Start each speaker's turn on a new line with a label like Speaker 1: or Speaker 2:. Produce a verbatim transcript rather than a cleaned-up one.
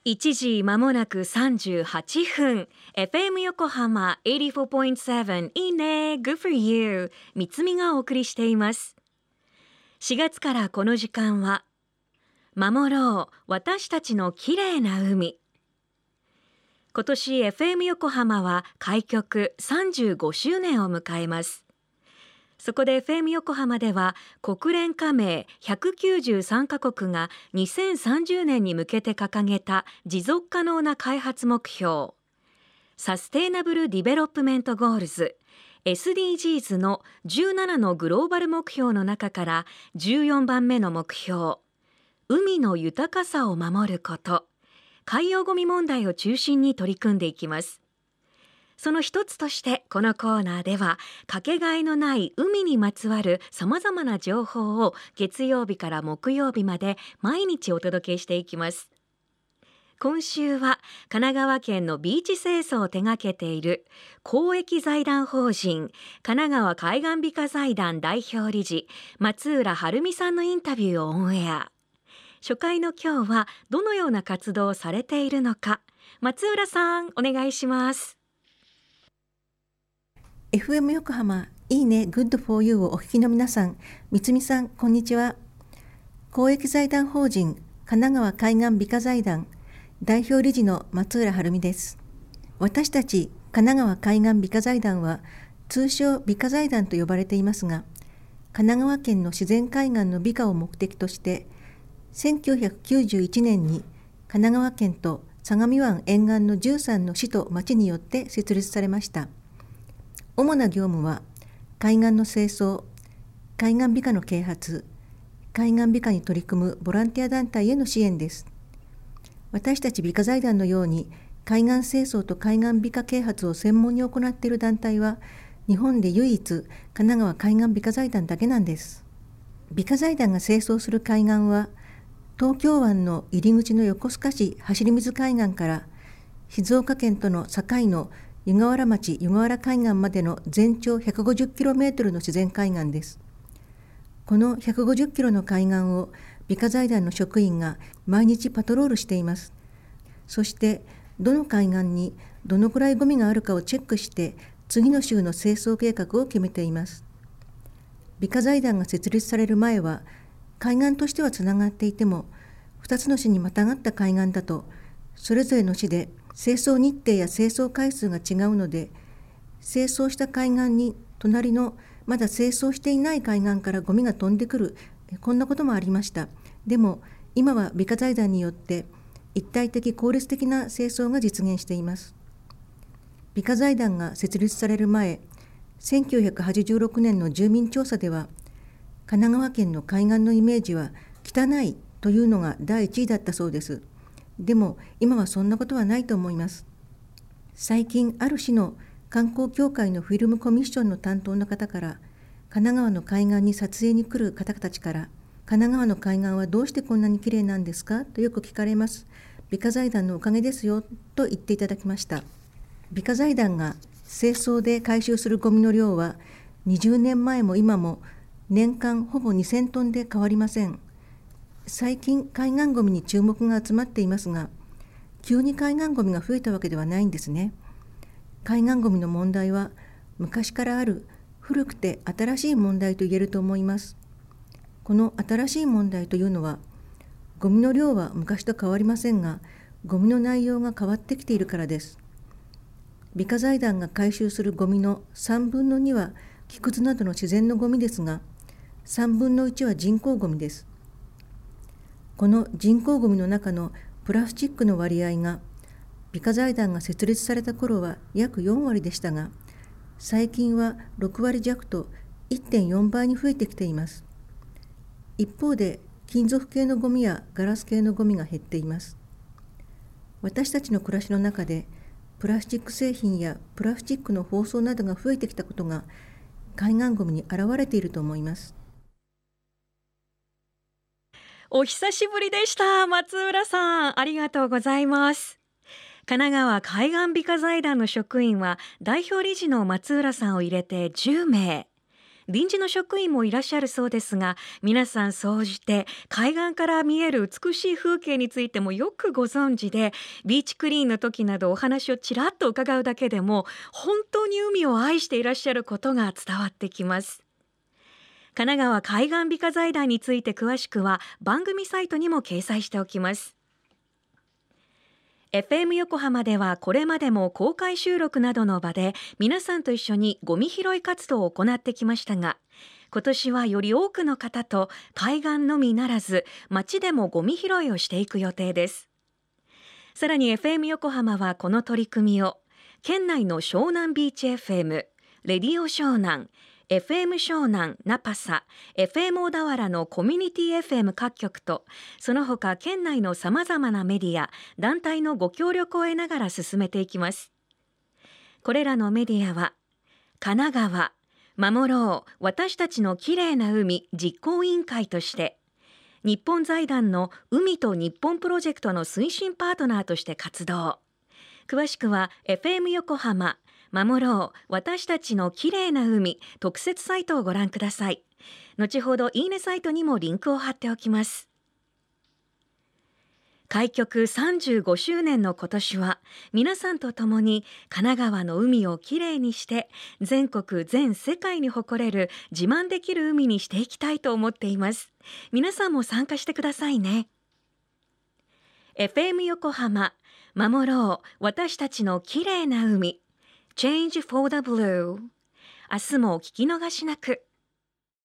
Speaker 1: いちじまもなくさんじゅうはっぷん エフエム 横浜 はちじゅうよんてんなないいね Good for you みつみがお送りしています。しがつからこの時間は守ろう私たちのきれいな海。今年 エフエム 横浜は開局さんじゅうごしゅうねんを迎えます。そこで エフエム 横浜では国連加盟ひゃくきゅうじゅうさんカ国がにせんさんじゅうねんに向けて掲げた持続可能な開発目標サステイナブル・ディベロップメント・ゴールズ エスディージーズ のじゅうななのグローバル目標の中からじゅうよんばんめの目標海の豊かさを守ること海洋ゴミ問題を中心に取り組んでいきます。その一つとしてこのコーナーではかけがえのない海にまつわるさまざまな情報を月曜日から木曜日まで毎日お届けしていきます。今週は神奈川県のビーチ清掃を手掛けている公益財団法人神奈川海岸美化財団代表理事松浦晴美さんのインタビューをオンエア。初回の今日はどのような活動をされているのか、松浦さんお願いします。
Speaker 2: エフエム 横浜いいね Good for you をお聞きの皆さん、みつみさんこんにちは。公益財団法人神奈川海岸美化財団代表理事の松浦晴美です。私たち神奈川海岸美化財団は通称美化財団と呼ばれていますが、神奈川県の自然海岸の美化を目的としてせんきゅうひゃくきゅうじゅういちねんに神奈川県と相模湾沿岸のじゅうさんの市と町によって設立されました。主な業務は海岸の清掃、海岸美化の啓発、海岸美化に取り組むボランティア団体への支援です。私たち美化財団のように海岸清掃と海岸美化啓発を専門に行っている団体は日本で唯一神奈川海岸美化財団だけなんです。美化財団が清掃する海岸は東京湾の入り口の横須賀市走水海岸から静岡県との境の湯河原町湯河原海岸までの全長 ひゃくごじゅっキロメートル の自然海岸です。このひゃくごじゅっキロの海岸を美化財団の職員が毎日パトロールしています。そしてどの海岸にどのくらいゴミがあるかをチェックして次の週の清掃計画を決めています。美化財団が設立される前は海岸としてはつながっていてもふたつの市にまたがった海岸だとそれぞれの市で清掃日程や清掃回数が違うので、清掃した海岸に隣のまだ清掃していない海岸からゴミが飛んでくる、こんなこともありました。でも今は美化財団によって一体的効率的な清掃が実現しています。美化財団が設立される前、せんきゅうひゃくはちじゅうろくねんの住民調査では神奈川県の海岸のイメージは汚いというのがだいいちいだったそうです。でも今はそんなことはないと思います。最近ある市の観光協会のフィルムコミッションの担当の方から神奈川の海岸に撮影に来る方たちから神奈川の海岸はどうしてこんなにきれいなんですかとよく聞かれます。美化財団のおかげですよと言っていただきました。美化財団が清掃で回収するゴミの量はにじゅうねんまえも今も年間ほぼにせんトンで変わりません。最近海岸ゴミに注目が集まっていますが、急に海岸ゴミが増えたわけではないんですね。海岸ゴミの問題は昔からある古くて新しい問題と言えると思います。この新しい問題というのは、ゴミの量は昔と変わりませんが、ゴミの内容が変わってきているからです。美化財団が回収するゴミのさんぶんのには木くずなどの自然のゴミですが、さんぶんのいちは人工ゴミです。この人工ゴミの中のプラスチックの割合が美化財団が設立された頃は約よんわりでしたが、最近はろくわりじゃくと いってんよんばいに増えてきています。一方で金属系のゴミやガラス系のゴミが減っています。私たちの暮らしの中でプラスチック製品やプラスチックの包装などが増えてきたことが海岸ゴミに現れていると思います。
Speaker 1: お久しぶりでした。松浦さんありがとうございます。神奈川海岸美化財団の職員は代表理事の松浦さんを入れてじゅうめい。 臨時の職員もいらっしゃるそうですが、皆さん総じて海岸から見える美しい風景についてもよくご存知で、ビーチクリーンの時などお話をちらっと伺うだけでも本当に海を愛していらっしゃることが伝わってきます。神奈川海岸美化財団について詳しくは番組サイトにも掲載しておきます。エフエム 横浜ではこれまでも公開収録などの場で皆さんと一緒にゴミ拾い活動を行ってきましたが、今年はより多くの方と海岸のみならず街でもゴミ拾いをしていく予定です。さらに エフエム 横浜はこの取り組みを県内の湘南ビーチ エフエム、レディオ湘南、エフエム 湘南ナパサ、エフエム 小田原のコミュニティ エフエム 各局と、その他県内のさまざまなメディア、団体のご協力を得ながら進めていきます。これらのメディアは、神奈川守ろう私たちのきれいな海実行委員会として、日本財団の海と日本プロジェクトの推進パートナーとして活動。詳しくは エフエム 横浜守ろう私たちのきれいな海特設サイトをご覧ください。後ほどいいねサイトにもリンクを貼っておきます。開局さんじゅうごしゅうねんの今年は皆さんと共に神奈川の海をきれいにして全国全世界に誇れる自慢できる海にしていきたいと思っています。皆さんも参加してくださいね。 エフエム 横浜守ろう私たちのきれいな海 Change for the Blue。 明日もお聞き逃しなく。